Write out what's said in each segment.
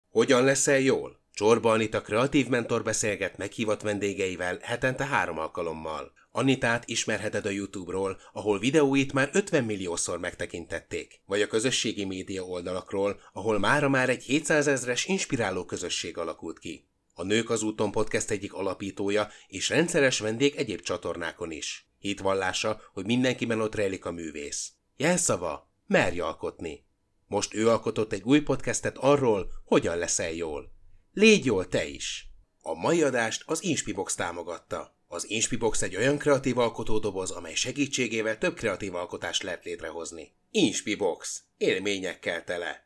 Hogyan leszel jól? Csorba Anita kreatív mentor beszélget meghívott vendégeivel hetente 3 alkalommal. Anitát ismerheted a YouTube-ról, ahol videóit már 50 milliószor megtekintették, vagy a közösségi média oldalakról, ahol mára már egy 700 000-es inspiráló közösség alakult ki. A Nők az úton podcast egyik alapítója és rendszeres vendég egyéb csatornákon is. Hitvallása, hogy mindenkiben ott rejlik a művész. Jelszava: merj alkotni. Most ő alkotott egy új podcastet arról, hogyan leszel jól. Légy jól te is! A mai adást az Inspibox támogatta. Az Inspibox egy olyan kreatív alkotódoboz, amely segítségével több kreatív alkotást lehet létrehozni. Inspibox. Élményekkel tele.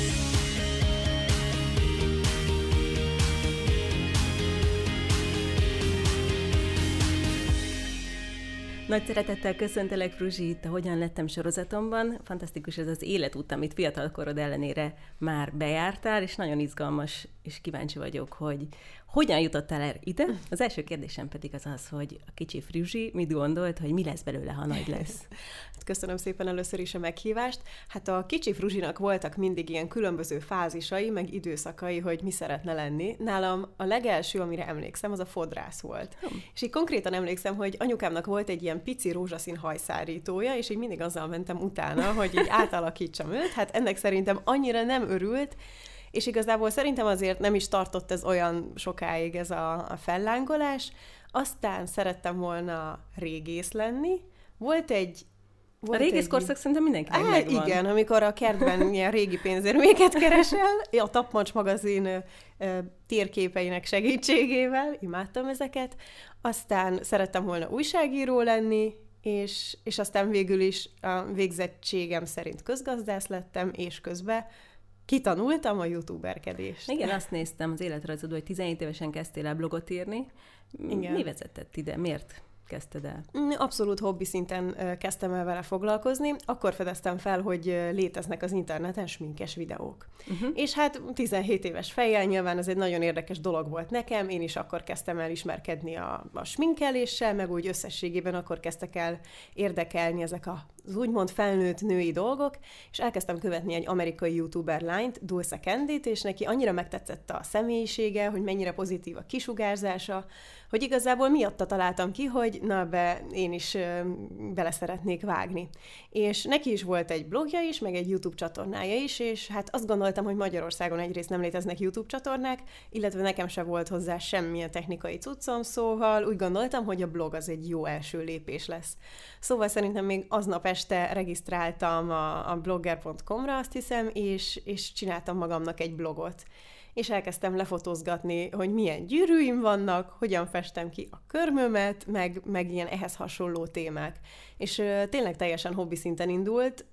Nagy szeretettel köszöntelek, Fruzsi, itt a Hogyan lettem sorozatomban. Fantasztikus ez az életút, amit fiatalkorod ellenére már bejártál, és nagyon izgalmas, és kíváncsi vagyok, hogy hogyan jutottál el ide. Az első kérdésem pedig az, hogy a kicsi Fruzsi mit gondolt, hogy mi lesz belőle, ha nagy lesz. Köszönöm szépen először is a meghívást. Hát a kicsi Fruzsinak voltak mindig ilyen különböző fázisai, meg időszakai, hogy mi szeretne lenni. Nálam a legelső, amire emlékszem, az a fodrász volt. És így konkrétan emlékszem, hogy anyukámnak volt egy ilyen pici rózsaszín hajszárítója, és így mindig azzal mentem utána, hogy így átalakítsam őt. Hát ennek szerintem annyira nem örült, és igazából szerintem azért nem is tartott ez olyan sokáig ez a fellángolás. Aztán szerettem volna régész lenni. A régész korszak szerintem mindenkinek megvan. Igen, amikor a kertben ilyen régi pénzérméket keresel, a Tapmacs magazin térképeinek segítségével, imádtam ezeket. Aztán szerettem volna újságíró lenni, és aztán végül is a végzettségem szerint közgazdász lettem, és közben kitanultam a youtuberkedést. Igen, azt néztem az életrajzodból, hogy 17 évesen kezdtél el blogot írni. Igen. Mi vezetett ide? Miért kezdted el? Abszolút hobbi szinten kezdtem el vele foglalkozni. Akkor fedeztem fel, hogy léteznek az interneten sminkes videók. És hát 17 éves fejjel nyilván ez egy nagyon érdekes dolog volt nekem. Én is akkor kezdtem el ismerkedni a sminkeléssel, meg úgy összességében akkor kezdtek el érdekelni ezek az úgymond felnőtt női dolgok, és elkezdtem követni egy amerikai youtuber lányt, Dulce Candyt, és neki annyira megtetszett a személyisége, hogy mennyire pozitív a kisugárzása, hogy igazából miatta találtam ki, hogy én is bele szeretnék vágni. És neki is volt egy blogja is, meg egy YouTube csatornája is, és hát azt gondoltam, hogy Magyarországon egyrészt nem léteznek YouTube csatornák, illetve nekem se volt hozzá semmilyen technikai cuccom, szóval úgy gondoltam, hogy a blog az egy jó első lépés lesz. Szóval szerintem még aznap este regisztráltam a blogger.com-ra, azt hiszem, és csináltam magamnak egy blogot. És elkezdtem lefotózgatni, hogy milyen gyűrűim vannak, hogyan festem ki a körmömet, meg ilyen ehhez hasonló témák. És tényleg teljesen hobbi szinten indult,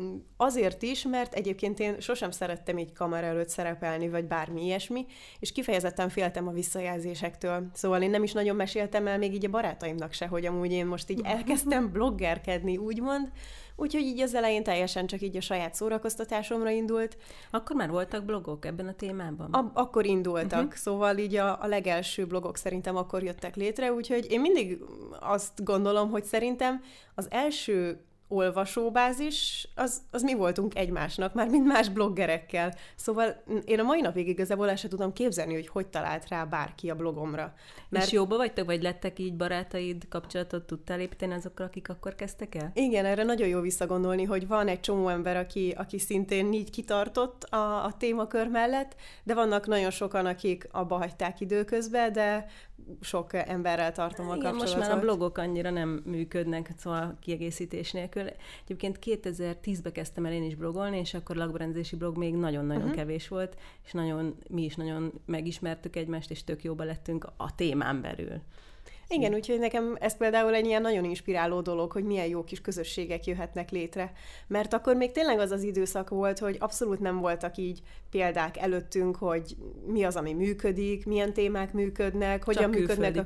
azért is, mert egyébként én sosem szerettem így kamera előtt szerepelni, vagy bármi ilyesmi, és kifejezetten féltem a visszajelzésektől. Szóval én nem is nagyon meséltem el még így a barátaimnak se, hogy amúgy én most így elkezdtem bloggerkedni, úgymond, úgyhogy így az elején teljesen csak így a saját szórakoztatásomra indult. Akkor már voltak blogok ebben a témában? Akkor indultak, szóval így a legelső blogok szerintem akkor jöttek létre, úgyhogy én mindig azt gondolom, hogy szerintem az első olvasóbázis, az mi voltunk egymásnak, már mint más bloggerekkel. Szóval én a mai napig igazából el sem tudom képzelni, hogy talált rá bárki a blogomra. És jóba vagytok, vagy lettek így barátaid, kapcsolatot tudtál építeni azokkal, akik akkor kezdtek el? Igen, erre nagyon jó visszagondolni, hogy van egy csomó ember, aki szintén így kitartott a témakör mellett, de vannak nagyon sokan, akik abba hagyták időközben, de sok emberrel tartom a kapcsolatot. Most már a blogok annyira nem működnek, szóval kiegészítés nélkül. Egyébként 2010-ben kezdtem el én is blogolni, és akkor lakberendezési blog még nagyon-nagyon kevés volt, és mi is nagyon megismertük egymást, és tök jóba lettünk a témán belül. Igen, úgyhogy nekem ez például egy ilyen nagyon inspiráló dolog, hogy milyen jó kis közösségek jöhetnek létre. Mert akkor még tényleg az időszak volt, hogy abszolút nem voltak így példák előttünk, hogy mi az, ami működik, milyen témák működnek, hogyan működnek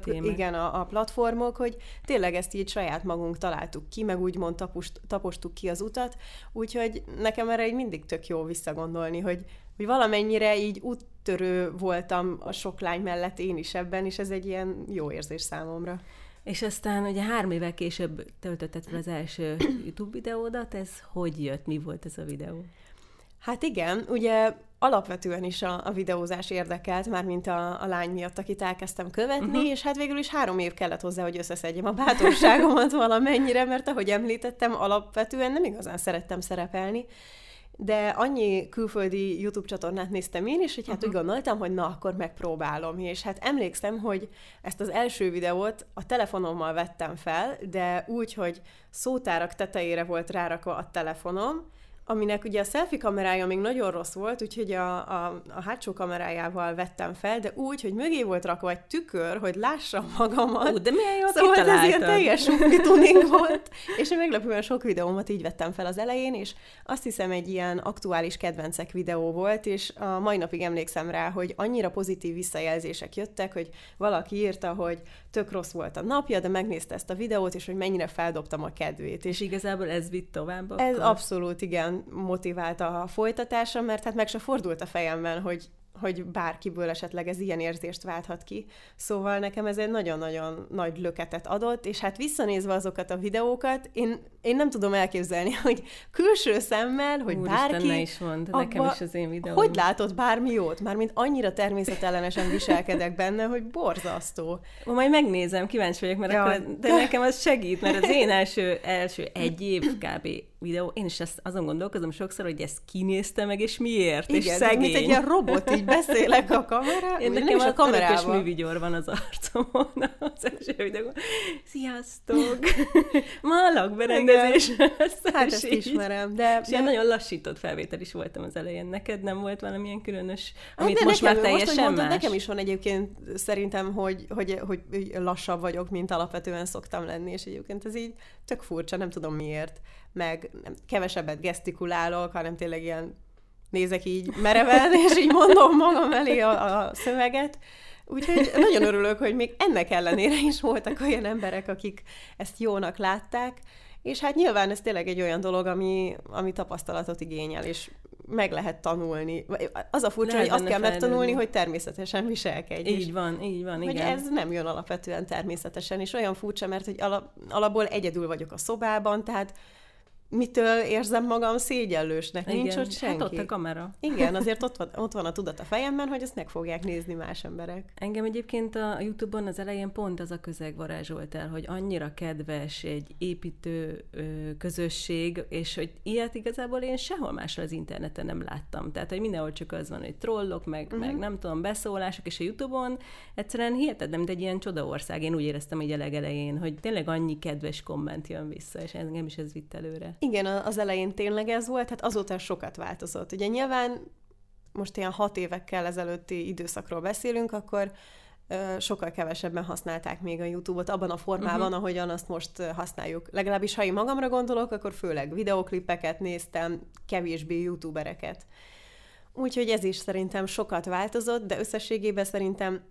a platformok, hogy tényleg ezt így saját magunk találtuk ki, meg úgymond tapostuk ki az utat. Úgyhogy nekem erre így mindig tök jó visszagondolni, hogy valamennyire így úttörő voltam a sok lány mellett én is ebben, és ez egy ilyen jó érzés számomra. És aztán ugye 3 évvel később töltötted fel az első YouTube videódat, ez hogy jött? Mi volt ez a videó? Hát igen, ugye alapvetően is a videózás érdekelt, mármint a lány miatt, akit elkezdtem követni, és hát végül is 3 év kellett hozzá, hogy összeszedjem a bátorságomat valamennyire, mert ahogy említettem, alapvetően nem igazán szerettem szerepelni, de annyi külföldi YouTube csatornát néztem én is, hogy hát úgy gondoltam, hogy na, akkor megpróbálom. És hát emlékszem, hogy ezt az első videót a telefonommal vettem fel, de úgy, hogy szótárak tetejére volt rárakva a telefonom, aminek ugye a selfie kamerája még nagyon rossz volt, úgyhogy a hátsó kamerájával vettem fel, de úgy, hogy mögé volt rakva egy tükör, hogy lássam magamat. De milyen jól szóval kitaláltad. Ez ilyen teljes tuning volt, és én meglepően sok videómat így vettem fel az elején, és azt hiszem egy ilyen aktuális kedvencek videó volt, és a mai napig emlékszem rá, hogy annyira pozitív visszajelzések jöttek, hogy valaki írta, hogy tök rossz volt a napja, de megnézte ezt a videót, és hogy mennyire feldobtam a kedvét. És igazából ez vitt tovább akkor? Ez abszolút, igen, motiválta a folytatásra, mert hát meg se fordult a fejemben, hogy bárkiből esetleg ez ilyen érzést válthat ki. Szóval nekem ez egy nagyon-nagyon nagy löketet adott, és hát visszanézve azokat a videókat, én nem tudom elképzelni, hogy külső szemmel, hogy bárki... ne is mond, nekem is az én videóm. Hogy látod bármi jót? Mármint annyira természetellenesen viselkedek benne, hogy borzasztó. Majd megnézem, kíváncsi vagyok, mert akkor, de nekem az segít, mert az én első 1 év kb. Videó, én is azon gondolkozom sokszor, hogy ezt kinézte meg, és miért, igen, és szegény. Mint egy ilyen robot, így beszélek a kamerával. Én nekem a örökös művigyor van az arcomon az első videóban. Sziasztok! Ma a lakberendezés. Hát ezt ismerem. De ilyen nagyon lassított felvétel is voltam az elején. Neked nem volt valamilyen különös, amit most már teljesen más? Nekem is van egyébként szerintem, hogy lassabb vagyok, mint alapvetően szoktam lenni, és egyébként ez így tök furcsa, nem tudom miért. Meg kevesebbet gesztikulálok, hanem tényleg ilyen nézek így mereven, és így mondom magam elé a szöveget. Úgyhogy nagyon örülök, hogy még ennek ellenére is voltak olyan emberek, akik ezt jónak látták, és hát nyilván ez tényleg egy olyan dolog, ami tapasztalatot igényel, és meg lehet tanulni. Az a furcsa, hogy azt kell megtanulni, hogy természetesen viselkedj. Így van, igen. Hogy ez nem jön alapvetően természetesen, és olyan furcsa, mert hogy alapból egyedül vagyok a szobában, tehát mitől érzem magam szégyellősnek? Igen. Nincs ott senki. Hát ott a kamera. Igen, azért ott van a tudat a fejemben, hogy ezt meg fogják nézni más emberek. Engem egyébként a YouTube-on az elején pont az a közeg varázsolt el, hogy annyira kedves egy építő közösség, és hogy ilyet igazából én sehol máshol az interneten nem láttam. Tehát, hogy mindenhol csak az van, hogy trollok, meg nem tudom, beszólások, és a YouTube-on egyszerűen hihetetlen, mint egy ilyen csodaország. Én úgy éreztem így a legelején, hogy tényleg annyi kedves komment jön vissza, és engem is ez vitt előre. Igen, az elején tényleg ez volt, hát azóta sokat változott. Ugye nyilván most ilyen 6 évekkel ezelőtti időszakról beszélünk, akkor sokkal kevesebben használták még a YouTube-ot abban a formában, ahogyan azt most használjuk. Legalábbis, ha én magamra gondolok, akkor főleg videóklipeket néztem, kevésbé youtubereket. Úgyhogy ez is szerintem sokat változott, de összességében szerintem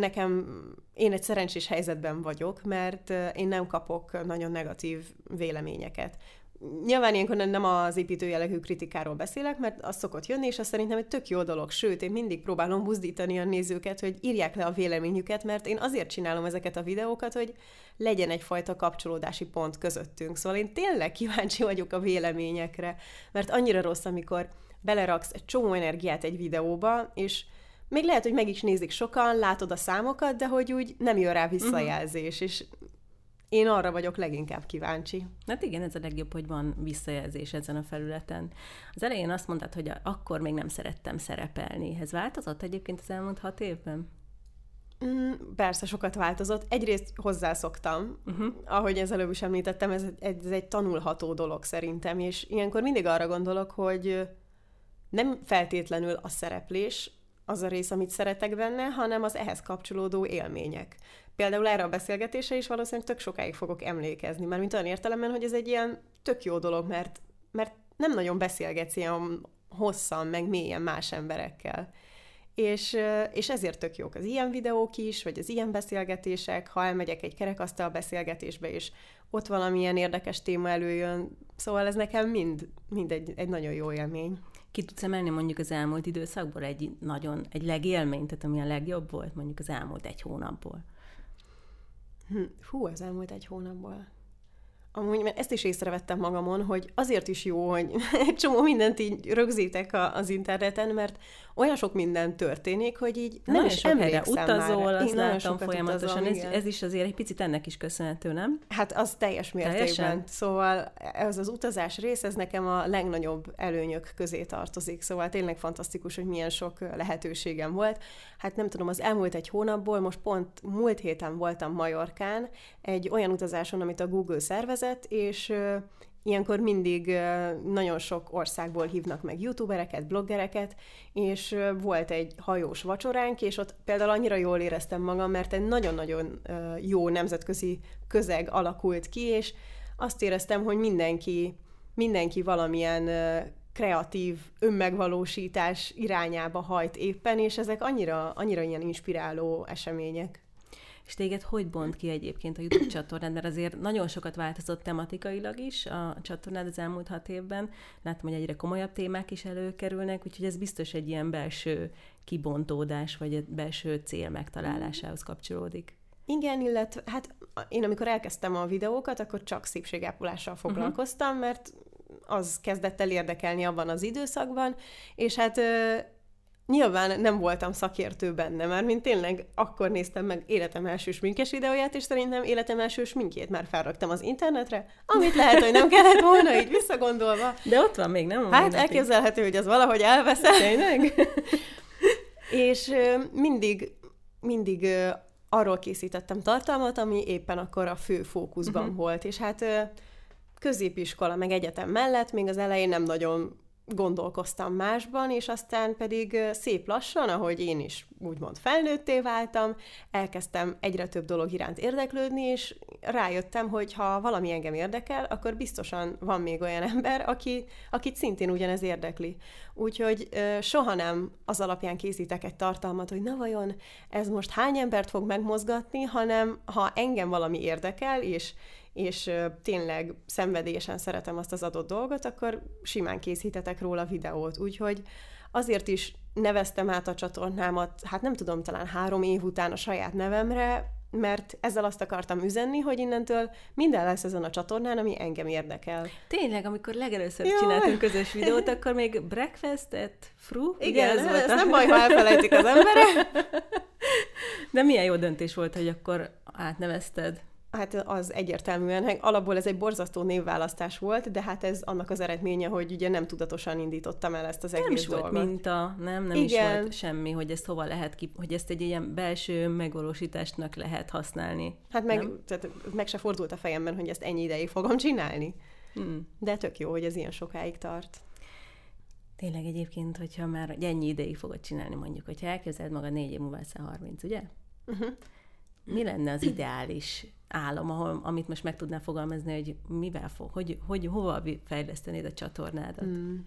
én egy szerencsés helyzetben vagyok, mert én nem kapok nagyon negatív véleményeket. Nyilván ilyenkor nem az építő jellegű kritikáról beszélek, mert az szokott jönni, és az szerintem egy tök jó dolog. Sőt, én mindig próbálom buzdítani a nézőket, hogy írják le a véleményüket, mert én azért csinálom ezeket a videókat, hogy legyen egyfajta kapcsolódási pont közöttünk. Szóval én tényleg kíváncsi vagyok a véleményekre, mert annyira rossz, amikor beleraksz egy csomó energiát egy videóba, és még lehet, hogy meg is nézik sokan, látod a számokat, de hogy úgy nem jön rá visszajelzés, és én arra vagyok leginkább kíváncsi. Hát igen, ez a legjobb, hogy van visszajelzés ezen a felületen. Az elején azt mondtad, hogy akkor még nem szerettem szerepelni. Ez változott egyébként az elmúlt 6 évben? Persze, sokat változott. Egyrészt hozzászoktam, ahogy ez előbb is említettem, ez egy tanulható dolog szerintem, és ilyenkor mindig arra gondolok, hogy nem feltétlenül a szereplés az a rész, amit szeretek benne, hanem az ehhez kapcsolódó élmények. Például erre a beszélgetésre is valószínűleg tök sokáig fogok emlékezni, mert mint olyan értelemben, hogy ez egy ilyen tök jó dolog, mert nem nagyon beszélgetsz ilyen hosszan, meg mélyen más emberekkel. És ezért tök jók az ilyen videók is, vagy az ilyen beszélgetések, ha elmegyek egy kerekasztal beszélgetésbe, és ott valamilyen érdekes téma előjön, szóval ez nekem mind egy nagyon jó élmény. Ki tudsz emelni mondjuk az elmúlt időszakból egy legélményt, tehát ami a legjobb volt mondjuk az elmúlt 1 hónapból? Az elmúlt 1 hónapból. Amúgy mert ezt is észrevettem magamon, hogy azért is jó, hogy egy csomó mindent így rögzítek az interneten, mert olyan sok minden történik, hogy így nem is emlékszem utazol, már. Azt látom folyamatosan. Ez is azért egy picit ennek is köszönhető, nem? Hát az teljes mértékben. Teljesen? Szóval ez az utazás rész, ez nekem a legnagyobb előnyök közé tartozik. Szóval tényleg fantasztikus, hogy milyen sok lehetőségem volt. Hát nem tudom, az elmúlt egy hónapból, most pont múlt héten voltam Majorkán, egy olyan utazáson, amit a Google szervezett, és ilyenkor mindig nagyon sok országból hívnak meg youtubereket, bloggereket, és volt egy hajós vacsoránk, és ott például annyira jól éreztem magam, mert egy nagyon-nagyon jó nemzetközi közeg alakult ki, és azt éreztem, hogy mindenki valamilyen kreatív önmegvalósítás irányába hajt éppen, és ezek annyira ilyen inspiráló események. És téged hogy bont ki egyébként a YouTube csatornád? Mert azért nagyon sokat változott tematikailag is a csatornád az elmúlt 6 évben. Látom, hogy egyre komolyabb témák is előkerülnek, úgyhogy ez biztos egy ilyen belső kibontódás, vagy egy belső cél megtalálásához kapcsolódik. Igen, illetve hát én amikor elkezdtem a videókat, akkor csak szépségápolással foglalkoztam, mert az kezdett el érdekelni abban az időszakban, és hát nyilván nem voltam szakértő benne, mert mint tényleg akkor néztem meg életem első sminkes videóját, és szerintem életem első sminkjét már felraktam az internetre, amit lehet, hogy nem kellett volna, így visszagondolva. De ott van még, nem? Hát elképzelhető, hogy az valahogy elveszett. Tényleg? És mindig arról készítettem tartalmat, ami éppen akkor a fő fókuszban volt. És hát középiskola meg egyetem mellett még az elején nem nagyon gondolkoztam másban, és aztán pedig szép lassan, ahogy én is úgymond felnőtté váltam, elkezdtem egyre több dolog iránt érdeklődni, és rájöttem, hogy ha valami engem érdekel, akkor biztosan van még olyan ember, akit szintén ugyanez érdekli. Úgyhogy soha nem az alapján készítek egy tartalmat, hogy na vajon ez most hány embert fog megmozgatni, hanem ha engem valami érdekel, és tényleg szenvedélyesen szeretem azt az adott dolgot, akkor simán készítetek róla videót. Úgyhogy azért is neveztem át a csatornámat, hát nem tudom, talán 3 év után a saját nevemre, mert ezzel azt akartam üzenni, hogy innentől minden lesz ezen a csatornán, ami engem érdekel. Tényleg, amikor legelőször csináltunk közös videót, akkor még Breakfast at Fru? Igen, ez nem baj, ha elfelejtik az emberek. De milyen jó döntés volt, hogy akkor átnevezted? Hát az egyértelműen, alapból ez egy borzasztó névválasztás volt, de hát ez annak az eredménye, hogy ugye nem tudatosan indítottam el ezt az egész dolgot. Nem is volt minta, nem is volt semmi, hogy ezt hova lehet hogy ezt egy ilyen belső megvalósításnak lehet használni. Hát meg se fordult a fejemben, hogy ezt ennyi ideig fogom csinálni. De tök jó, hogy ez ilyen sokáig tart. Tényleg egyébként, hogyha már ennyi ideig fogod csinálni, mondjuk, hogyha elkezded magad 4 év múlva leszel 30, ugye? Mi lenne az ideális álom, amit most meg tudnál fogalmazni, hogy mivel hogy hova fejlesztenéd a csatornádat?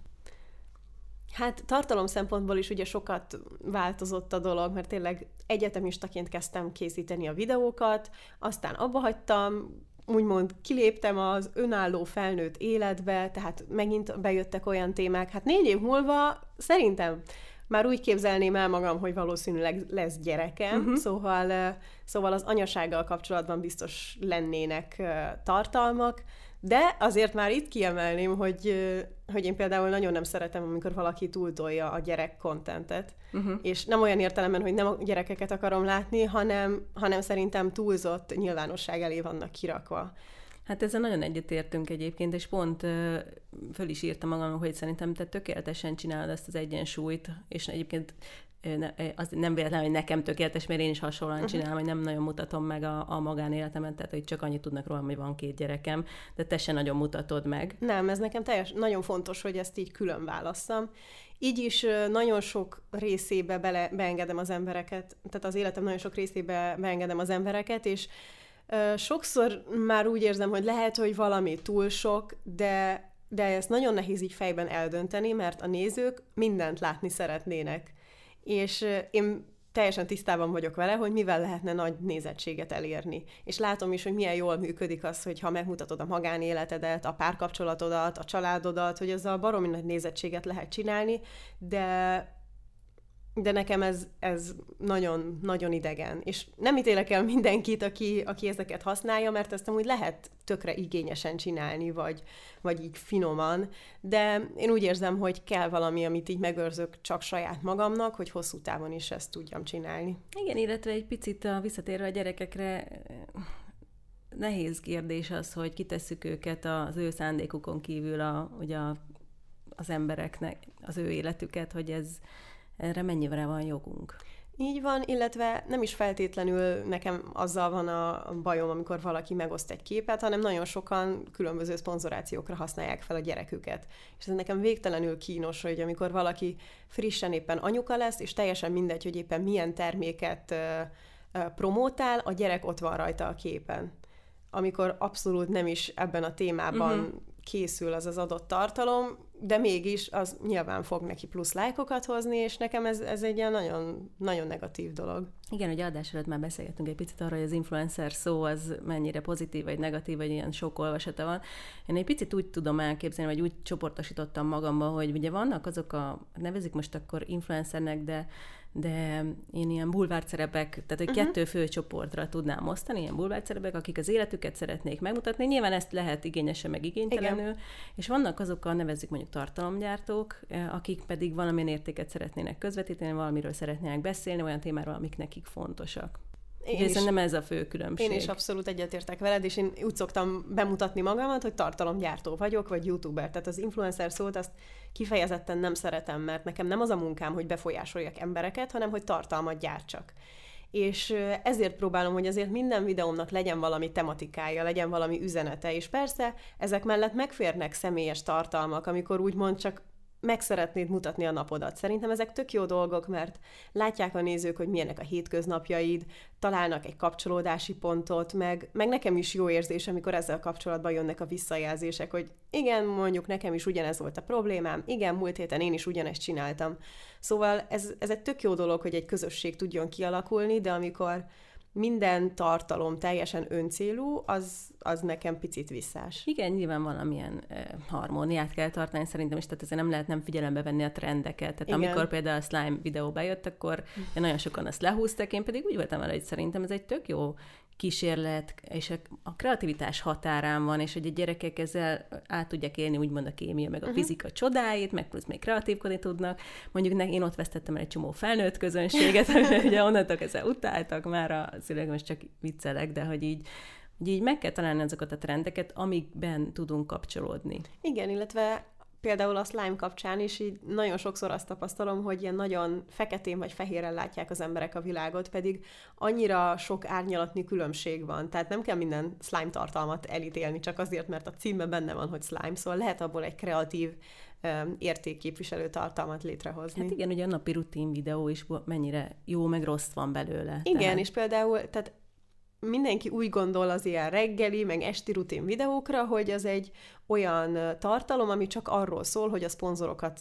Hát tartalom szempontból is ugye sokat változott a dolog, mert tényleg egyetemistaként kezdtem készíteni a videókat, aztán abba hagytam, úgymond kiléptem az önálló felnőtt életbe, tehát megint bejöttek olyan témák. Hát 4 év múlva szerintem már úgy képzelném el magam, hogy valószínűleg lesz gyerekem, szóval az anyasággal kapcsolatban biztos lennének tartalmak, de azért már itt kiemelném, hogy én például nagyon nem szeretem, amikor valaki túltolja a gyerek contentet, és nem olyan értelemben, hogy nem a gyerekeket akarom látni, hanem szerintem túlzott nyilvánosság elé vannak kirakva. Hát ezzel nagyon egyetértünk egyébként, és pont föl is írtam magam, hogy szerintem te tökéletesen csinálod ezt az egyensúlyt, és egyébként az nem véletlen, hogy nekem tökéletes, mert én is hasonlóan csinálom, hogy nem nagyon mutatom meg a magánéletemet, tehát hogy csak annyit tudnak rólam, hogy van 2 gyerekem, de te se nagyon mutatod meg. Nem, ez nekem nagyon fontos, hogy ezt így külön válasszam. Így is nagyon sok részébe beengedem az embereket, tehát az életem nagyon sok részébe beengedem az embereket, és sokszor már úgy érzem, hogy lehet, hogy valami túl sok, de ezt nagyon nehéz így fejben eldönteni, mert a nézők mindent látni szeretnének. És én teljesen tisztában vagyok vele, hogy mivel lehetne nagy nézettséget elérni. És látom is, hogy milyen jól működik az, hogyha megmutatod a magánéletedet, a párkapcsolatodat, a családodat, hogy azzal baromi nagy nézettséget lehet csinálni, de De nekem ez nagyon, nagyon idegen. És nem ítélek el mindenkit, aki ezeket használja, mert ezt amúgy lehet tökre igényesen csinálni, vagy így finoman, de én úgy érzem, hogy kell valami, amit így megőrzök csak saját magamnak, hogy hosszú távon is ezt tudjam csinálni. Igen, illetve egy picit visszatérve a gyerekekre, nehéz kérdés az, hogy kitesszük őket az ő szándékukon kívül ugye az embereknek, az ő életüket, hogy erre mennyire van jogunk. Így van, illetve nem is feltétlenül nekem azzal van a bajom, amikor valaki megoszt egy képet, hanem nagyon sokan különböző szponzorációkra használják fel a gyereküket. És ez nekem végtelenül kínos, hogy amikor valaki frissen éppen anyuka lesz, és teljesen mindegy, hogy éppen milyen terméket promótál, a gyerek ott van rajta a képen. Amikor abszolút nem is ebben a témában készül az adott tartalom, de mégis az nyilván fog neki plusz lájkokat hozni, és nekem ez egy ilyen nagyon, nagyon negatív dolog. Igen, hogy adás előtt már beszélgettünk egy picit arra, hogy az influencer szó az mennyire pozitív, vagy negatív, vagy ilyen sok olvasata van. Én egy picit úgy tudom elképzelni, vagy úgy csoportosítottam magamba, hogy ugye vannak azok nevezik most akkor influencernek, de én ilyen bulvárcerepek, tehát hogy 2 fő csoportra tudnám osztani, ilyen bulvárcerepek, akik az életüket szeretnék megmutatni. Nyilván ezt lehet igényesen, meg igénytelenül. Igen. És vannak azokkal, nevezzük mondjuk tartalomgyártók, akik pedig valamilyen értéket szeretnének közvetíteni, valamiről szeretnének beszélni, olyan témáról, amik nekik fontosak. Nem ez a fő különbség. Én is abszolút egyetértek veled, és én úgy szoktam bemutatni magamat, hogy tartalomgyártó vagyok, vagy youtuber. Tehát az influencer szót azt kifejezetten nem szeretem, mert nekem nem az a munkám, hogy befolyásoljak embereket, hanem hogy tartalmat gyártsak. És ezért próbálom, hogy azért minden videómnak legyen valami tematikája, legyen valami üzenete, és persze ezek mellett megférnek személyes tartalmak, amikor úgymond csak meg szeretnéd mutatni a napodat. Szerintem ezek tök jó dolgok, mert látják a nézők, hogy milyenek a hétköznapjaid, találnak egy kapcsolódási pontot, meg nekem is jó érzés, amikor ezzel kapcsolatban jönnek a visszajelzések, hogy igen, mondjuk nekem is ugyanez volt a problémám, igen, múlt héten én is ugyanezt csináltam. Szóval ez egy tök jó dolog, hogy egy közösség tudjon kialakulni, de amikor minden tartalom teljesen öncélú, az nekem picit visszás. Igen, nyilván valamilyen harmóniát kell tartani szerintem is, tehát ezért nem lehet nem figyelembe venni a trendeket. Tehát amikor például a slime videó bejött, akkor nagyon sokan azt lehúztak, én pedig úgy voltam vele, hogy szerintem ez egy tök jó kísérlet, és a kreativitás határán van, és hogy a gyerekek ezzel át tudják élni úgymond a kémia, meg a fizika csodáit, meg plusz még kreatívkodni tudnak. Mondjuk én ott vesztettem el egy csomó felnőtt közönséget, ugye onnantól ezzel utáltak már a szülők, most csak viccelek, de hogy így meg kell találni azokat a trendeket, amikben tudunk kapcsolódni. Igen, illetve például a slime kapcsán is így nagyon sokszor azt tapasztalom, hogy ilyen nagyon feketén vagy fehéren látják az emberek a világot, pedig annyira sok árnyalatnyi különbség van. Tehát nem kell minden slime tartalmat elítélni, csak azért, mert a címben benne van, hogy slime, szóval lehet abból egy kreatív értékképviselő tartalmat létrehozni. Hát igen, ugye a napi rutin videó is mennyire jó, meg rossz van belőle. Igen, és például, tehát mindenki úgy gondol az ilyen reggeli, meg esti rutin videókra, hogy az egy olyan tartalom, ami csak arról szól, hogy a szponzorokat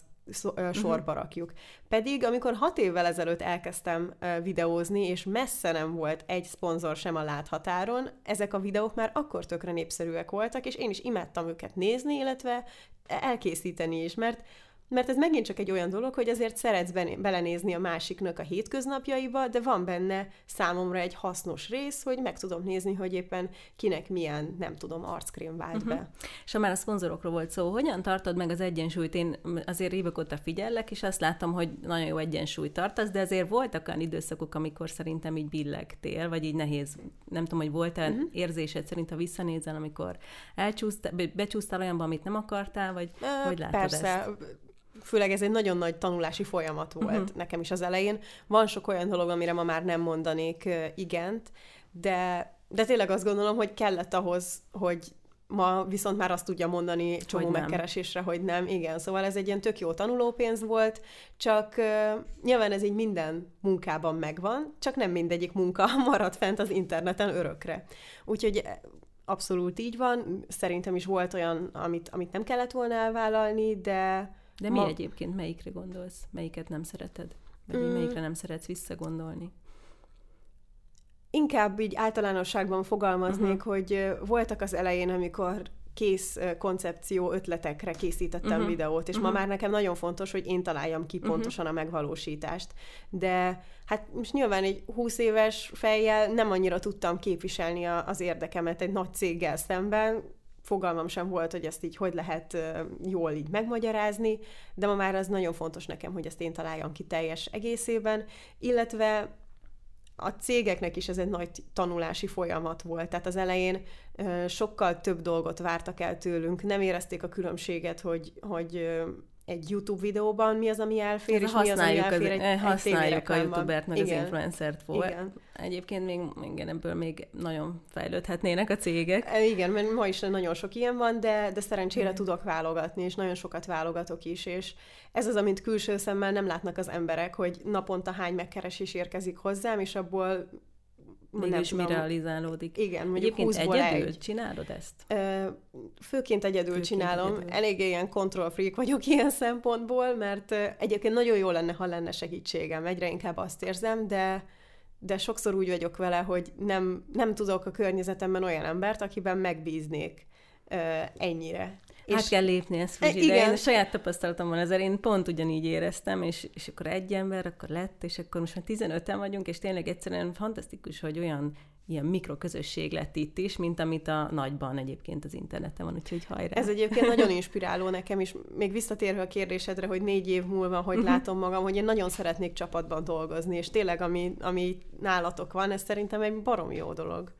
sorba rakjuk. Pedig, amikor 6 évvel ezelőtt elkezdtem videózni, és messze nem volt egy szponzor sem a láthatáron, ezek a videók már akkor tökre népszerűek voltak, és én is imádtam őket nézni, illetve elkészíteni is, mert ez megint csak egy olyan dolog, hogy azért szeretsz belenézni a másiknak a hétköznapjaiba, de van benne számomra egy hasznos rész, hogy meg tudom nézni, hogy éppen kinek milyen, nem tudom, arckrém vált be. És ha már a szponzorokról volt szó, hogyan tartod meg az egyensúlyt? Én azért évek óta figyellek, és azt látom, hogy nagyon jó egyensúlyt tartasz, de azért voltak olyan időszakok, amikor szerintem így billegtél, vagy így nehéz, nem tudom, hogy volt-e érzésed szerint, ha visszanézel, amikor becsúsztál olyanba, amit nem akartál, vagy hogy látod persze. ezt? Főleg ez egy nagyon nagy tanulási folyamat volt nekem is az elején. Van sok olyan dolog, amire ma már nem mondanék igent, de tényleg azt gondolom, hogy kellett ahhoz, hogy ma viszont már azt tudja mondani csomó megkeresésre, hogy nem. Igen, szóval ez egy ilyen tök jó tanulópénz volt, csak nyilván ez így minden munkában megvan, csak nem mindegyik munka marad fent az interneten örökre. Úgyhogy abszolút így van. Szerintem is volt olyan, amit nem kellett volna elvállalni, de mi egyébként? Melyikre gondolsz? Melyiket nem szereted? Vagy melyikre nem szeretsz visszagondolni? Inkább így általánosságban fogalmaznék, hogy voltak az elején, amikor kész koncepció ötletekre készítettem videót, és ma már nekem nagyon fontos, hogy én találjam ki pontosan a megvalósítást. De hát most nyilván egy 20 éves fejjel nem annyira tudtam képviselni az érdekemet egy nagy céggel szemben, fogalmam sem volt, hogy ezt így hogy lehet jól így megmagyarázni, de ma már az nagyon fontos nekem, hogy ezt én találjam ki teljes egészében, illetve a cégeknek is ez egy nagy tanulási folyamat volt. Tehát az elején sokkal több dolgot vártak el tőlünk, nem érezték a különbséget, hogy egy YouTube videóban mi az, ami elfér, és mi az, ami elfér egy használjuk a YouTubert, meg az influencert volt. Egyébként még ebből még nagyon fejlődhetnének a cégek. Igen, mert ma is nagyon sok ilyen van, de szerencsére tudok válogatni, és nagyon sokat válogatok is, és ez az, amint külső szemmel nem látnak az emberek, hogy naponta hány megkeresés érkezik hozzám, és abból mégis mi realizálódik. Igen, mondjuk egyébként 20-ból egyedül csinálod ezt? Főként egyedül csinálom. Eléggé ilyen control freak vagyok ilyen szempontból, mert egyébként nagyon jó lenne, ha lenne segítségem. Egyre inkább azt érzem, de sokszor úgy vagyok vele, hogy nem tudok a környezetemben olyan embert, akiben megbíznék ennyire. Hát kell lépni ezt, Fruzsi, de én saját tapasztalatomban ezzel én pont ugyanígy éreztem, és akkor egy ember, akkor lett, és akkor most már 15-en vagyunk, és tényleg egyszerűen fantasztikus, hogy olyan ilyen mikroközösség lett itt is, mint amit a nagyban egyébként az interneten van, úgyhogy hajrá. Ez egyébként nagyon inspiráló nekem is, még visszatérve a kérdésedre, hogy 4 év múlva, hogy látom magam, hogy én nagyon szeretnék csapatban dolgozni, és tényleg, ami nálatok van, ez szerintem egy baromi jó dolog.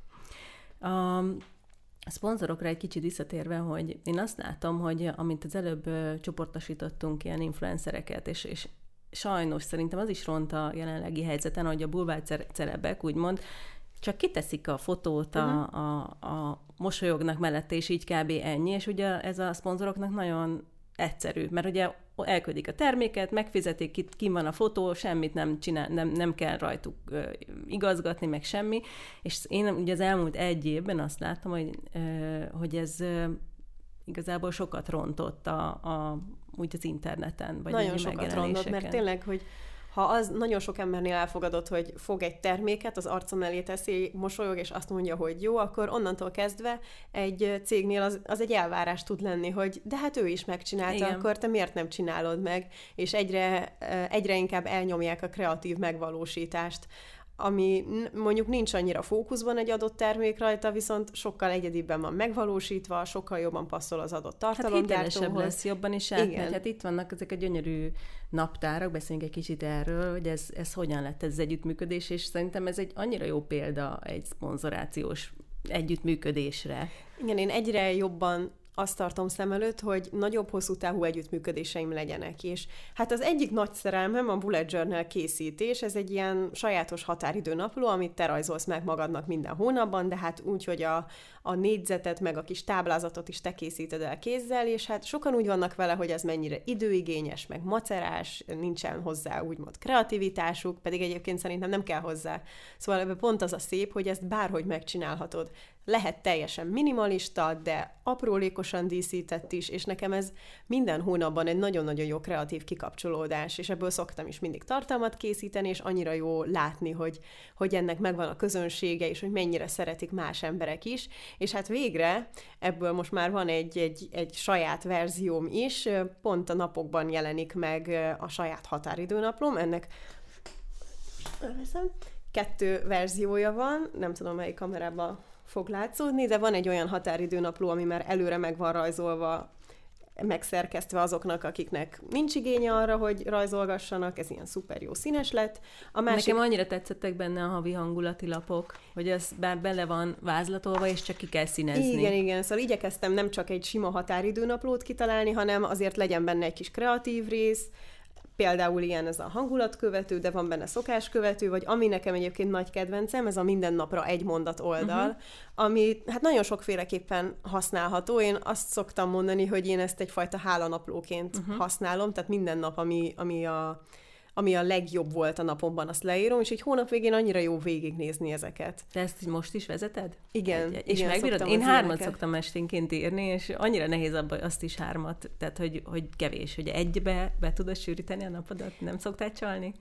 A szponzorokra egy kicsit visszatérve, hogy én azt látom, hogy amint az előbb csoportosítottunk ilyen influencereket, és sajnos szerintem az is ront a jelenlegi helyzeten, hogy a bulvár celebek úgymond csak kiteszik a fotót, a mosolyognak mellette, és így kb. Ennyi, és ugye ez a szponzoroknak nagyon egyszerű, mert ugye elküldik a terméket, megfizetik, ki van a fotó, semmit nem csinál, nem kell rajtuk igazgatni, meg semmi, és én ugye az elmúlt 1 évben azt láttam, hogy ez igazából sokat rontott úgy az interneten, vagy nagyon sokat rontott, mert tényleg, hogy ha az nagyon sok embernél elfogadott, hogy fog egy terméket, az arcom elé teszi, mosolyog, és azt mondja, hogy jó, akkor onnantól kezdve egy cégnél az egy elvárás tud lenni, hogy de hát ő is megcsinálta, igen, akkor te miért nem csinálod meg? És egyre inkább elnyomják a kreatív megvalósítást, ami mondjuk nincs annyira fókuszban egy adott termék rajta, viszont sokkal egyedibben van megvalósítva, sokkal jobban passzol az adott tartalomgyártóhoz. Hát hitelesebb lesz, jobban is átmegy. Hát itt vannak ezek a gyönyörű naptárak, beszéljünk egy kicsit erről, hogy ez hogyan lett ez az együttműködés, és szerintem ez egy annyira jó példa egy szponzorációs együttműködésre. Igen, én egyre jobban azt tartom szem előtt, hogy nagyobb, hosszú távú együttműködéseim legyenek. És hát az egyik nagy szerelmem a bullet journal készítés, ez egy ilyen sajátos határidőnapló, amit te rajzolsz meg magadnak minden hónapban, de hát úgy, hogy a négyzetet, meg a kis táblázatot is te készíted el kézzel, és hát sokan úgy vannak vele, hogy ez mennyire időigényes, meg macerás, nincsen hozzá úgymond kreativitásuk, pedig egyébként szerintem nem kell hozzá. Szóval ebben pont az a szép, hogy ezt bárhogy megcsinálhatod. Lehet teljesen minimalista, de aprólékosan díszített is, és nekem ez minden hónapban egy nagyon-nagyon jó kreatív kikapcsolódás, és ebből szoktam is mindig tartalmat készíteni, és annyira jó látni, hogy ennek megvan a közönsége, és hogy mennyire szeretik más emberek is, és hát végre ebből most már van egy saját verzióm is, pont a napokban jelenik meg a saját határidőnaplóm, ennek 2 verziója van, nem tudom, melyik kamerában fog látszódni, de van egy olyan határidőnapló, ami már előre meg van rajzolva, megszerkesztve azoknak, akiknek nincs igénye arra, hogy rajzolgassanak, ez ilyen szuper jó színes lett. Nekem annyira tetszettek benne a havi hangulati lapok, hogy ez bár bele van vázlatolva, és csak ki kell színezni. Igen, szóval igyekeztem nem csak egy sima határidőnaplót kitalálni, hanem azért legyen benne egy kis kreatív rész, például ilyen ez a hangulatkövető, de van benne szokáskövető, vagy ami nekem egyébként nagy kedvencem, ez a minden napra egy mondat oldal, ami hát nagyon sokféleképpen használható. Én azt szoktam mondani, hogy én ezt egyfajta hálanaplóként használom, tehát minden nap, ami a legjobb volt a napomban, azt leírom, és egy hónap végén annyira jó végignézni ezeket. Te ezt most is vezeted? Igen. És megbírod? Én 3 szoktam esténként írni, és annyira nehéz abban azt is 3, tehát hogy kevés, hogy 1-be be tudod sűríteni a napodat, nem szoktál csalni?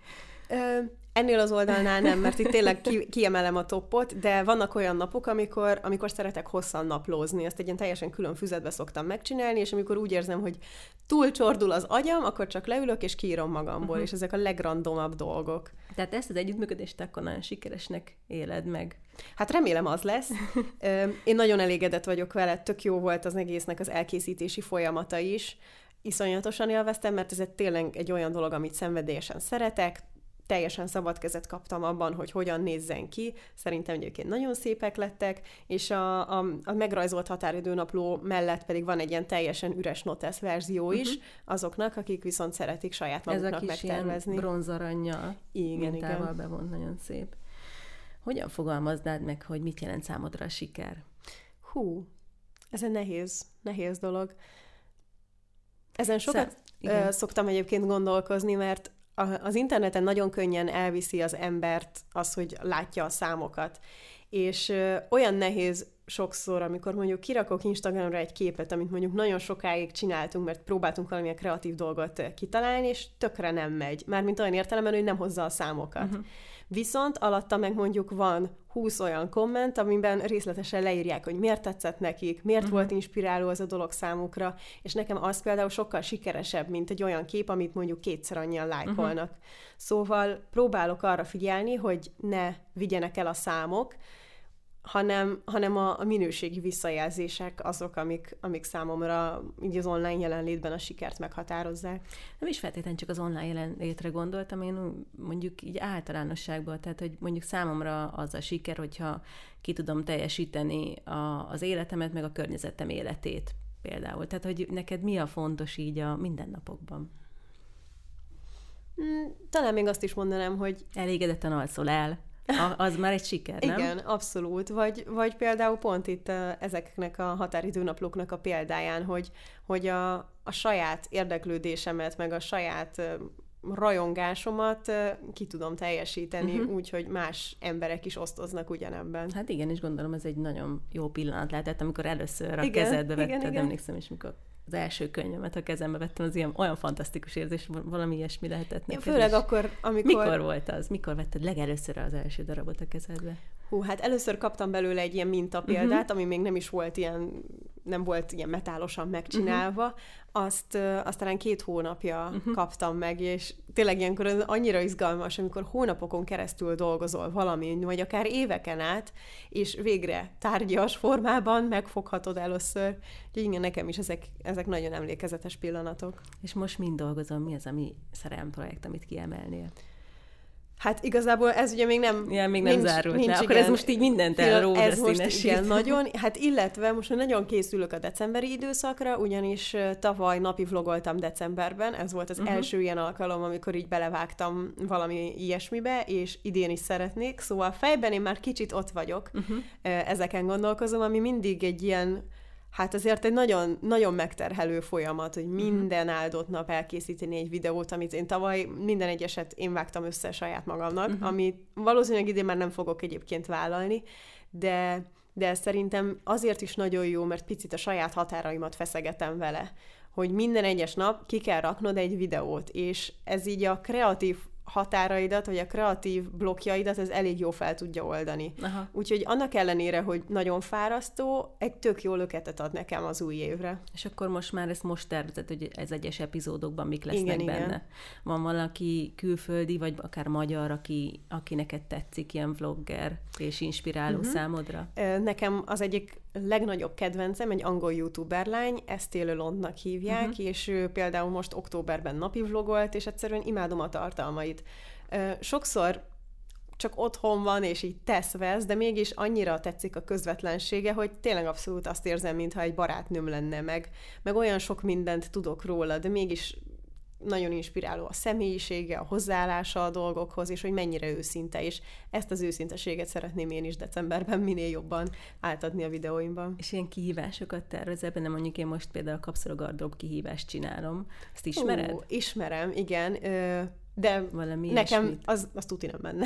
Ennél az oldalnál nem, mert itt tényleg kiemelem a toppot, de vannak olyan napok, amikor szeretek hosszan naplózni. Ezt egy ilyen teljesen külön füzetbe szoktam megcsinálni, és amikor úgy érzem, hogy túl csordul az agyam, akkor csak leülök, és kiírom magamból, és ezek a legrandomabb dolgok. Tehát ezt az együttműködést akkor nagyon sikeresnek éled meg. Hát remélem az lesz. Én nagyon elégedett vagyok vele, tök jó volt az egésznek az elkészítési folyamata is. Iszonyatosan élveztem, mert ez tényleg egy olyan dolog, amit szenvedélyesen szeretek, teljesen szabad kezet kaptam abban, hogy hogyan nézzen ki. Szerintem egyébként nagyon szépek lettek, és a megrajzolt határidőnapló mellett pedig van egy ilyen teljesen üres notesz verzió is, azoknak, akik viszont szeretik saját maguknak megtervezni. Ez a kis bronzarannyal mintával bevont, nagyon szép. Hogyan fogalmaznád meg, hogy mit jelent számodra a siker? Ez egy nehéz dolog. Ezen sokat szoktam egyébként gondolkozni, mert az interneten nagyon könnyen elviszi az embert az, hogy látja a számokat. És olyan nehéz sokszor, amikor mondjuk kirakok Instagramra egy képet, amit mondjuk nagyon sokáig csináltunk, mert próbáltunk valamilyen kreatív dolgot kitalálni, és tökre nem megy. Mármint olyan értelemben, hogy nem hozza a számokat. Viszont alatta meg mondjuk van 20 olyan komment, amiben részletesen leírják, hogy miért tetszett nekik, miért volt inspiráló az a dolog számukra, és nekem az például sokkal sikeresebb, mint egy olyan kép, amit mondjuk 2-szer annyian lájkolnak. Szóval próbálok arra figyelni, hogy ne vigyenek el a számok, hanem a minőségi visszajelzések azok, amik számomra így az online jelenlétben a sikert meghatározzák. Nem is feltétlenül csak az online jelenlétre gondoltam, én mondjuk így általánosságban, tehát hogy mondjuk számomra az a siker, hogyha ki tudom teljesíteni az életemet, meg a környezetem életét például. Tehát, hogy neked mi a fontos így a mindennapokban? Talán még azt is mondanám, hogy... Elégedetten alszol el. Az már egy siker, nem? Igen, abszolút. Vagy például pont itt ezeknek a határidőnaplóknak a példáján, hogy a saját érdeklődésemet, meg a saját rajongásomat ki tudom teljesíteni, úgyhogy más emberek is osztoznak ugyanebben. Hát igen, és gondolom ez egy nagyon jó pillanat lehetett, amikor először a kezedbe vetted, emlékszem is, mikor az első könyvemet a kezembe vettem, az olyan fantasztikus érzés, valami ilyesmi lehetett neked. Főleg akkor, amikor... Mikor volt az? Mikor vetted legelőször az első darabot a kezedbe? Hát először kaptam belőle egy ilyen mintapéldát, ami még nem is volt nem volt ilyen metálosan megcsinálva, azt talán 2 hónapja kaptam meg, és tényleg ilyenkor annyira izgalmas, amikor hónapokon keresztül dolgozol valamin, vagy akár éveken át, és végre tárgyas formában megfoghatod először. Úgyhogy igen, nekem is ezek nagyon emlékezetes pillanatok. És most mind dolgozom? Mi az, ami szerelemprojekt, amit kiemelnél? Hát igazából ez ugye még nem... Ja, még nem zárult le. Akkor ez most így mindent elrózsaszínesít. Igen, nagyon. Hát illetve most nagyon készülök a decemberi időszakra, ugyanis tavaly napi vlogoltam decemberben, ez volt az első ilyen alkalom, amikor így belevágtam valami ilyesmibe, és idén is szeretnék, szóval fejben én már kicsit ott vagyok, ezeken gondolkozom, ami mindig egy ilyen... Hát azért egy nagyon, nagyon megterhelő folyamat, hogy minden áldott nap elkészíteni egy videót, amit én tavaly minden egyeset én vágtam össze saját magamnak, amit valószínűleg idén már nem fogok egyébként vállalni, de szerintem azért is nagyon jó, mert picit a saját határaimat feszegetem vele, hogy minden egyes nap ki kell raknod egy videót, és ez így a kreatív határaidat, vagy a kreatív blokkjaidat, ez elég jó fel tudja oldani. Aha. Úgyhogy annak ellenére, hogy nagyon fárasztó, egy tök jó löketet ad nekem az új évre. És akkor most tervezed, hogy ez egyes epizódokban mik lesznek benne. Igen. Van valaki külföldi, vagy akár magyar, aki neked tetszik, ilyen vlogger és inspiráló számodra? Nekem az egyik legnagyobb kedvencem egy angol youtuber lány, Estée Lalonde-nak hívják, és ő például most októberben napi vlogolt, és egyszerűen imádom a tartalmait. Sokszor csak otthon van, és így tesz-vesz, de mégis annyira tetszik a közvetlensége, hogy tényleg abszolút azt érzem, mintha egy barátnőm lenne, meg olyan sok mindent tudok róla, de mégis nagyon inspiráló a személyisége, a hozzáállása a dolgokhoz, és hogy mennyire őszinte, és ezt az őszinteséget szeretném én is decemberben minél jobban átadni a videóimban. És ilyen kihívásokat tervezel benne, mondjuk én most például a kapszolagardrób kihívást csinálom. Ezt ismered? Ismerem, igen, de valami nekem az tuti nem menne.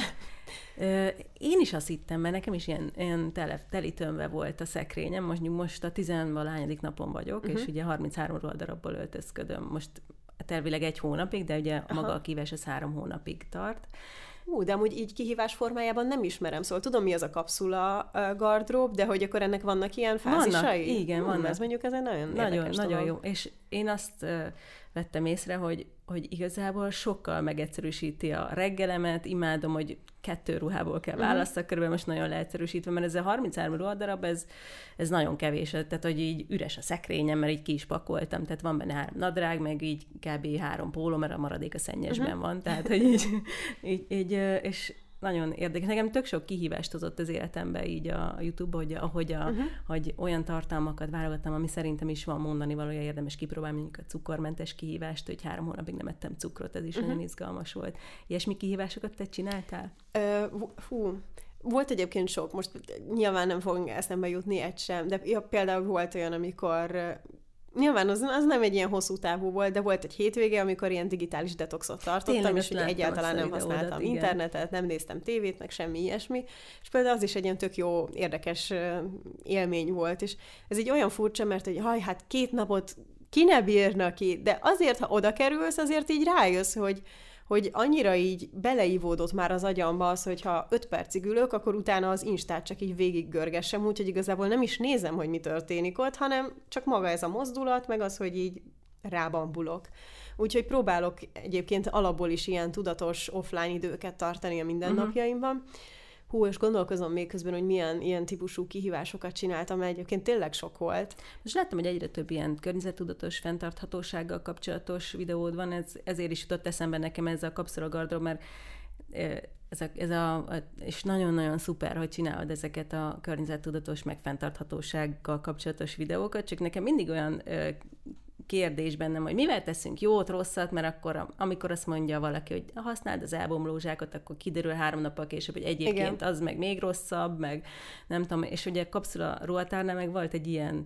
Én is azt hittem, mert nekem is ilyen telítőmve volt a szekrényem, most a 10-valányadik napon vagyok, és ugye 33 darabból öltözködöm. Most tervileg 1 hónapig, de ugye maga a kihívás az 3 hónapig tart. De amúgy így kihívás formájában nem ismerem, szóval tudom, mi az a kapszula gardrób, de hogy akkor ennek vannak ilyen fázisai? Vannak, igen, vannak. Ez mondjuk ez egy nagyon érdekes Nagyon dolog. jó. És én azt vettem észre, hogy igazából sokkal megegyszerűsíti a reggelemet, imádom, hogy 2 ruhából kell választak, körülbelül most nagyon leegyszerűsítve, mert ez a 33 ruhadarab, ez nagyon kevés, tehát hogy így üres a szekrényem, mert így ki is pakoltam, tehát van benne 3 nadrág, meg így kb. 3 póló, mert a maradék a szennyesben van, tehát hogy így és nagyon érdekes. Nekem tök sok kihívást hozott az életembe így a YouTube, hogy olyan tartalmakat válogattam, ami szerintem is van mondani valója, érdemes kipróbálni, mondjuk a cukormentes kihívást, hogy 3 hónapig nem ettem cukrot, ez is nagyon izgalmas volt. Ilyesmi kihívásokat te csináltál? Volt egyébként sok, most nyilván nem fogunk eszembe jutni egy sem, de például volt olyan, amikor nyilván az nem egy ilyen hosszú távú volt, de volt egy hétvége, amikor ilyen digitális detoxot tartottam, tényleg, és ugye egyáltalán nem használtam internetet, nem néztem tévét, meg semmi ilyesmi, és például az is egy ilyen tök jó, érdekes élmény volt, és ez így olyan furcsa, mert hogy hát 2 napot ki ne bírna ki, de azért, ha oda kerülsz, azért így rájössz, hogy annyira így beleívódott már az agyamba az, hogy ha 5 percig ülök, akkor utána az Instát csak így végiggörgessem, úgyhogy igazából nem is nézem, hogy mi történik ott, hanem csak maga ez a mozdulat, meg az, hogy így rábambulok. Úgyhogy próbálok egyébként alapból is ilyen tudatos offline időket tartani a mindennapjaimban. És gondolkozom még közben, hogy milyen ilyen típusú kihívásokat csináltam, mert egyébként tényleg sok volt. Most láttam, hogy egyre több ilyen környezettudatos, fenntarthatósággal kapcsolatos videód van, ezért is jutott eszembe nekem ez a kapszula gardrób, mert és nagyon-nagyon szuper, hogy csinálod ezeket a környezettudatos, meg fenntarthatósággal kapcsolatos videókat, csak nekem mindig olyan kérdés bennem, hogy mivel teszünk jót, rosszat, mert akkor, amikor azt mondja valaki, hogy használd az elbomló zsákot, akkor kiderül 3 nappal később, hogy egyébként igen, az meg még rosszabb, meg nem tudom, és ugye kapszula ruhatárnál meg volt egy ilyen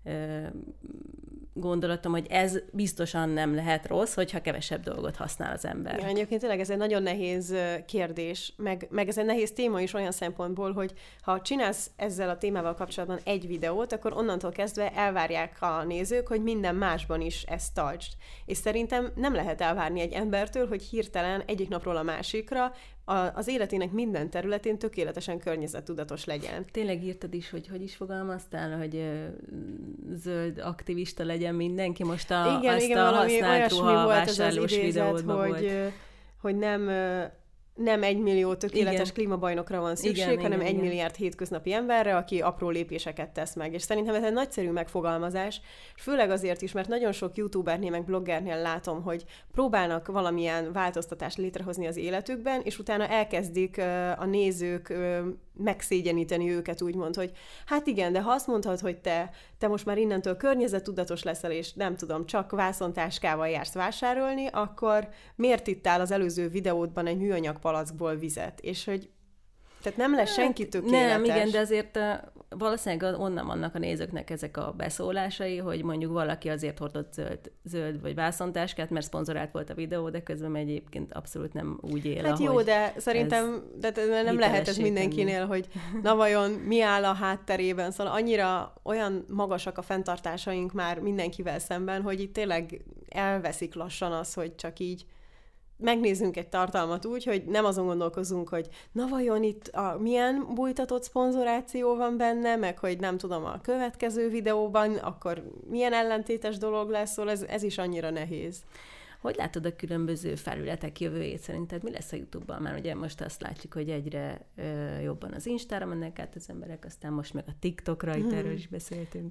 gondolatom, hogy ez biztosan nem lehet rossz, hogyha kevesebb dolgot használ az ember. Ja, egyébként tényleg ez egy nagyon nehéz kérdés, meg ez egy nehéz téma is olyan szempontból, hogy ha csinálsz ezzel a témával kapcsolatban egy videót, akkor onnantól kezdve elvárják a nézők, hogy minden másban is ezt tartsd. És szerintem nem lehet elvárni egy embertől, hogy hirtelen egyik napról a másikra az életének minden területén tökéletesen környezettudatos legyen. Tényleg írtad is, hogy is fogalmaztál, hogy zöld aktivista legyen mindenki, most azt a használt ruha vásárlós videódban volt. Hogy nem 1 millió tökéletes klímabajnokra van szükség, hanem 1 milliárd hétköznapi emberre, aki apró lépéseket tesz meg. És szerintem ez egy nagyszerű megfogalmazás, főleg azért is, mert nagyon sok youtubernél, meg bloggernél látom, hogy próbálnak valamilyen változtatást létrehozni az életükben, és utána elkezdik a nézők megszégyeníteni őket, úgymond, hogy hát igen, de ha azt mondhatod, hogy te most már innentől környezettudatos leszel, és nem tudom, csak vászontáskával jársz vásárolni, akkor miért ittál az előző videódban egy műanyag palackból vizet? És hogy tehát nem lesz senki tökéletes. Nem, igen, de azért valószínűleg onnan vannak a nézőknek ezek a beszólásai, hogy mondjuk valaki azért hordott zöld vagy vászontáskát, mert szponzorált volt a videó, de közben egyébként abszolút nem úgy él, hát jó, de szerintem nem lehet ez mindenkinél, hogy na vajon mi áll a hátterében, szóval annyira olyan magasak a fenntartásaink már mindenkivel szemben, hogy itt tényleg elveszik lassan az, hogy csak így megnézzünk egy tartalmat úgy, hogy nem azon gondolkozunk, hogy na vajon itt milyen bújtatott szponzoráció van benne, meg hogy nem tudom, a következő videóban akkor milyen ellentétes dolog lesz, szóval ez is annyira nehéz. Hogy látod a különböző felületek jövőjét szerinted? Mi lesz a YouTube-ban? Már ugye most azt látjuk, hogy egyre jobban az Instára mennek át az emberek, aztán most meg a TikTokra, itt erről is beszéltünk.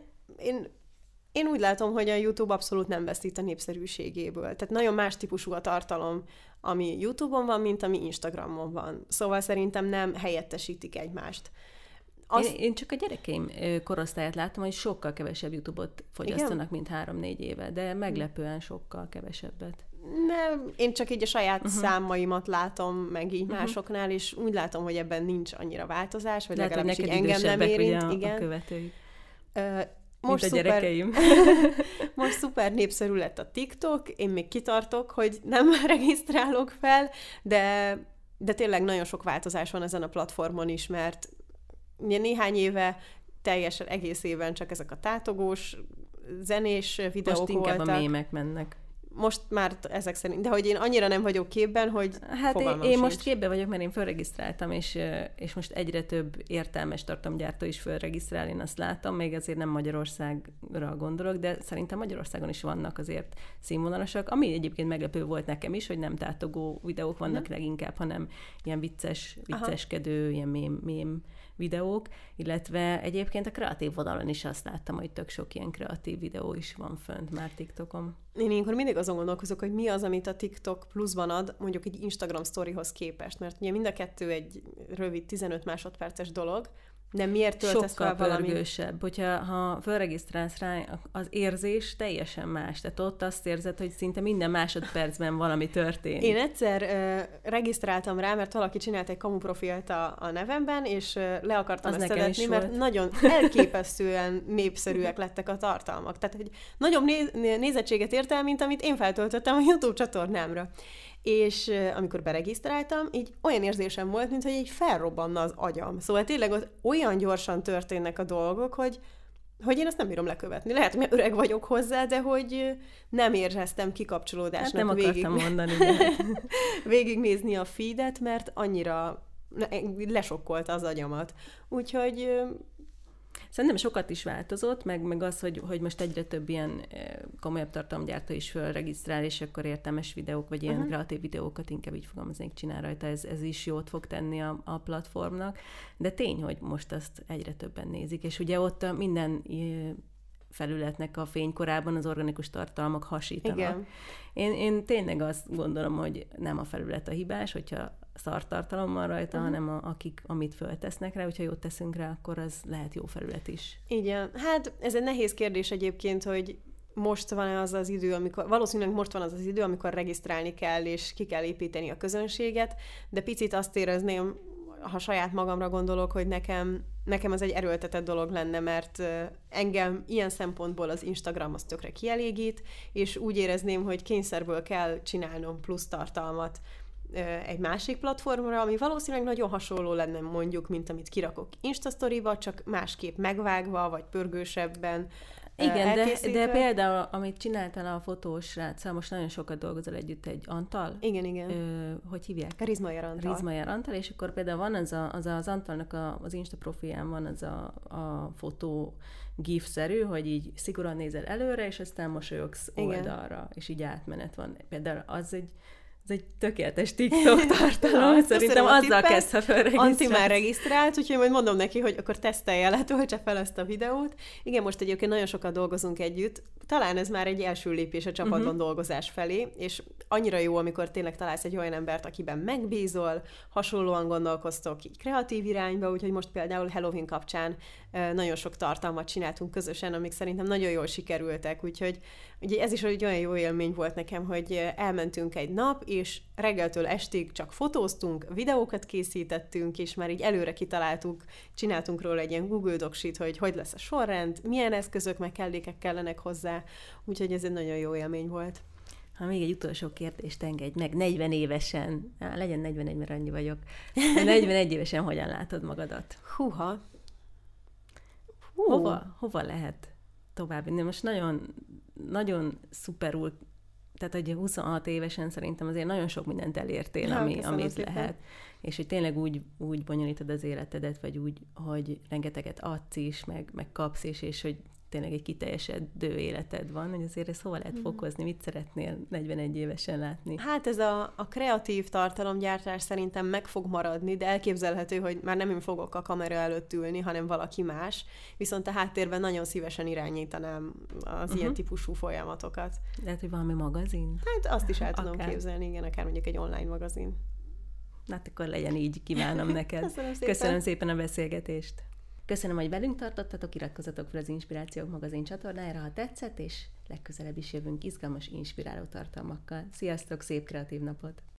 Én úgy látom, hogy a YouTube abszolút nem veszít a népszerűségéből. Tehát nagyon más típusú a tartalom, ami YouTube-on van, mint ami Instagramon van. Szóval szerintem nem helyettesítik egymást. Én csak a gyerekeim korosztályát látom, hogy sokkal kevesebb YouTube-ot fogyasztanak, mint 3-4 éve, de meglepően sokkal kevesebbet. Nem, én csak így a saját számaimat látom, meg így másoknál, és úgy látom, hogy ebben nincs annyira változás, vagy legalábbis így engem nem érint. A követői. Most szuper népszerű lett a TikTok, én még kitartok, hogy nem regisztrálok fel, de tényleg nagyon sok változás van ezen a platformon is, mert néhány éve teljesen egész éven csak ezek a tátogós, zenés videók voltak. Most inkább a mémek mennek. most már ezek szerint, de hogy én annyira nem vagyok képben, hogy hát én most képben vagyok, mert én fölregisztráltam, és most egyre több értelmes tartalomgyártó is fölregisztrál, én azt látom, még azért nem Magyarországra gondolok, de szerintem Magyarországon is vannak azért színvonalasak, ami egyébként meglepő volt nekem is, hogy nem tátogó videók vannak leginkább, hanem ilyen vicceskedő, ilyen mém videók, illetve egyébként a kreatív vonalon is azt láttam, hogy tök sok ilyen kreatív videó is van fönt már TikTokon. Én ilyenkor mindig azon gondolkozok, hogy mi az, amit a TikTok pluszban ad, mondjuk egy Instagram sztorihoz képest, mert ugye mind a kettő egy rövid 15 másodperces dolog, de miért töltesz fel valami? Sokkal pörgősebb. Hogyha felregisztrálsz rá, az érzés teljesen más. Tehát ott azt érzed, hogy szinte minden másodpercben valami történik. Én egyszer regisztráltam rá, mert valaki csinált egy kamu profilt a nevemben, és le akartam ezt szedetni, mert nagyon elképesztően népszerűek lettek a tartalmak. Tehát, hogy nagyobb nézettséget ért el, mint amit én feltöltöttem a YouTube csatornámra. És amikor beregisztráltam, így olyan érzésem volt, mintha így felrobbanna az agyam. Szóval tényleg ott olyan gyorsan történnek a dolgok, hogy én ezt nem bírom lekövetni. Lehet, hogy öreg vagyok hozzá, de hogy nem éreztem kikapcsolódásnak hát nem akartam mondani, de végignézni a feedet, mert annyira lesokkolta az agyamat. Úgyhogy szerintem sokat is változott, meg az, hogy most egyre több ilyen komolyabb tartalomgyártó is fölregisztrál, és akkor értelmes videók, vagy ilyen kreatív videókat inkább így fogalmaznék, csinál rajta, ez is jót fog tenni a platformnak. De tény, hogy most azt egyre többen nézik, és ugye ott minden felületnek a fénykorában az organikus tartalmak hasítanak. Igen. Én tényleg azt gondolom, hogy nem a felület a hibás, hogyha szar tartalom van rajta, hanem amit föltesznek rá, hogyha jót teszünk rá, akkor az lehet jó felület is. Igen. Hát ez egy nehéz kérdés egyébként, hogy most van az az idő, amikor, valószínűleg most van az az idő, amikor regisztrálni kell, és ki kell építeni a közönséget, de picit azt érezném, ha saját magamra gondolok, hogy nekem az egy erőltetett dolog lenne, mert engem ilyen szempontból az Instagram az tökre kielégít, és úgy érezném, hogy kényszerből kell csinálnom plusz tartalmat egy másik platformra, ami valószínűleg nagyon hasonló lenne mondjuk, mint amit kirakok Instastoryba, csak másképp megvágva, vagy pörgősebben. Igen, de például, amit csináltál a fotós sráccal, most nagyon sokat dolgozol együtt egy Antal. Igen. Hogy hívják? Rizmayer Antal. Rizmayer Antal, és akkor például van az Antalnak az Insta profilján van az a fotó gif-szerű, hogy így szigorúan nézel előre, és aztán mosolyogsz oldalra, és így átmenet van. Például az egy tökéletes TikTok tartalom, szerintem azzal kezd, ha felregisztrálsz. Anti már regisztrált, úgyhogy majd mondom neki, hogy akkor tesztelje le, töltse fel ezt a videót. Igen, most egyébként nagyon sokat dolgozunk együtt. Talán ez már egy első lépés a csapatban dolgozás felé, és annyira jó, amikor tényleg találsz egy olyan embert, akiben megbízol, hasonlóan gondolkoztok így kreatív irányba, úgyhogy most például Halloween kapcsán nagyon sok tartalmat csináltunk közösen, amik szerintem nagyon jól sikerültek, úgyhogy ugye ez is egy olyan jó élmény volt nekem, hogy elmentünk egy nap, és reggeltől estig csak fotóztunk, videókat készítettünk, és már így előre kitaláltuk, csináltunk róla egy ilyen Google Docs-it, hogy lesz a sorrend, milyen eszközök meg kellékek kellenek hozzá, úgyhogy ez egy nagyon jó élmény volt. Ha még egy utolsó kérdést engedj meg, 40 évesen, legyen 41, mert annyi vagyok, de 41 évesen hogyan látod magadat? Húha! Hova lehet tovább? Most nagyon, nagyon szuperul, tehát hogy 26 évesen szerintem azért nagyon sok mindent elértél, amit lehet. És hogy tényleg úgy bonyolítod az életedet, vagy úgy, hogy rengeteget adsz is, meg kapsz is, és hogy tényleg egy kiteljesedő életed van, hogy azért ezt hova lehet fokozni? Mit szeretnél 41 évesen látni? Hát ez a kreatív tartalomgyártás szerintem meg fog maradni, de elképzelhető, hogy már nem én fogok a kamera előtt ülni, hanem valaki más, viszont a háttérben nagyon szívesen irányítanám az ilyen típusú folyamatokat. Lehet, hogy valami magazin? Hát azt is el tudom képzelni, igen, akár mondjuk egy online magazin. Hát akkor legyen így, kívánom neked. Köszönöm szépen a beszélgetést. Köszönöm, hogy velünk tartottatok, iratkozzatok fel az Inspirációk magazin csatornájára, ha tetszett, és legközelebb is jövünk izgalmas, inspiráló tartalmakkal. Sziasztok, szép kreatív napot!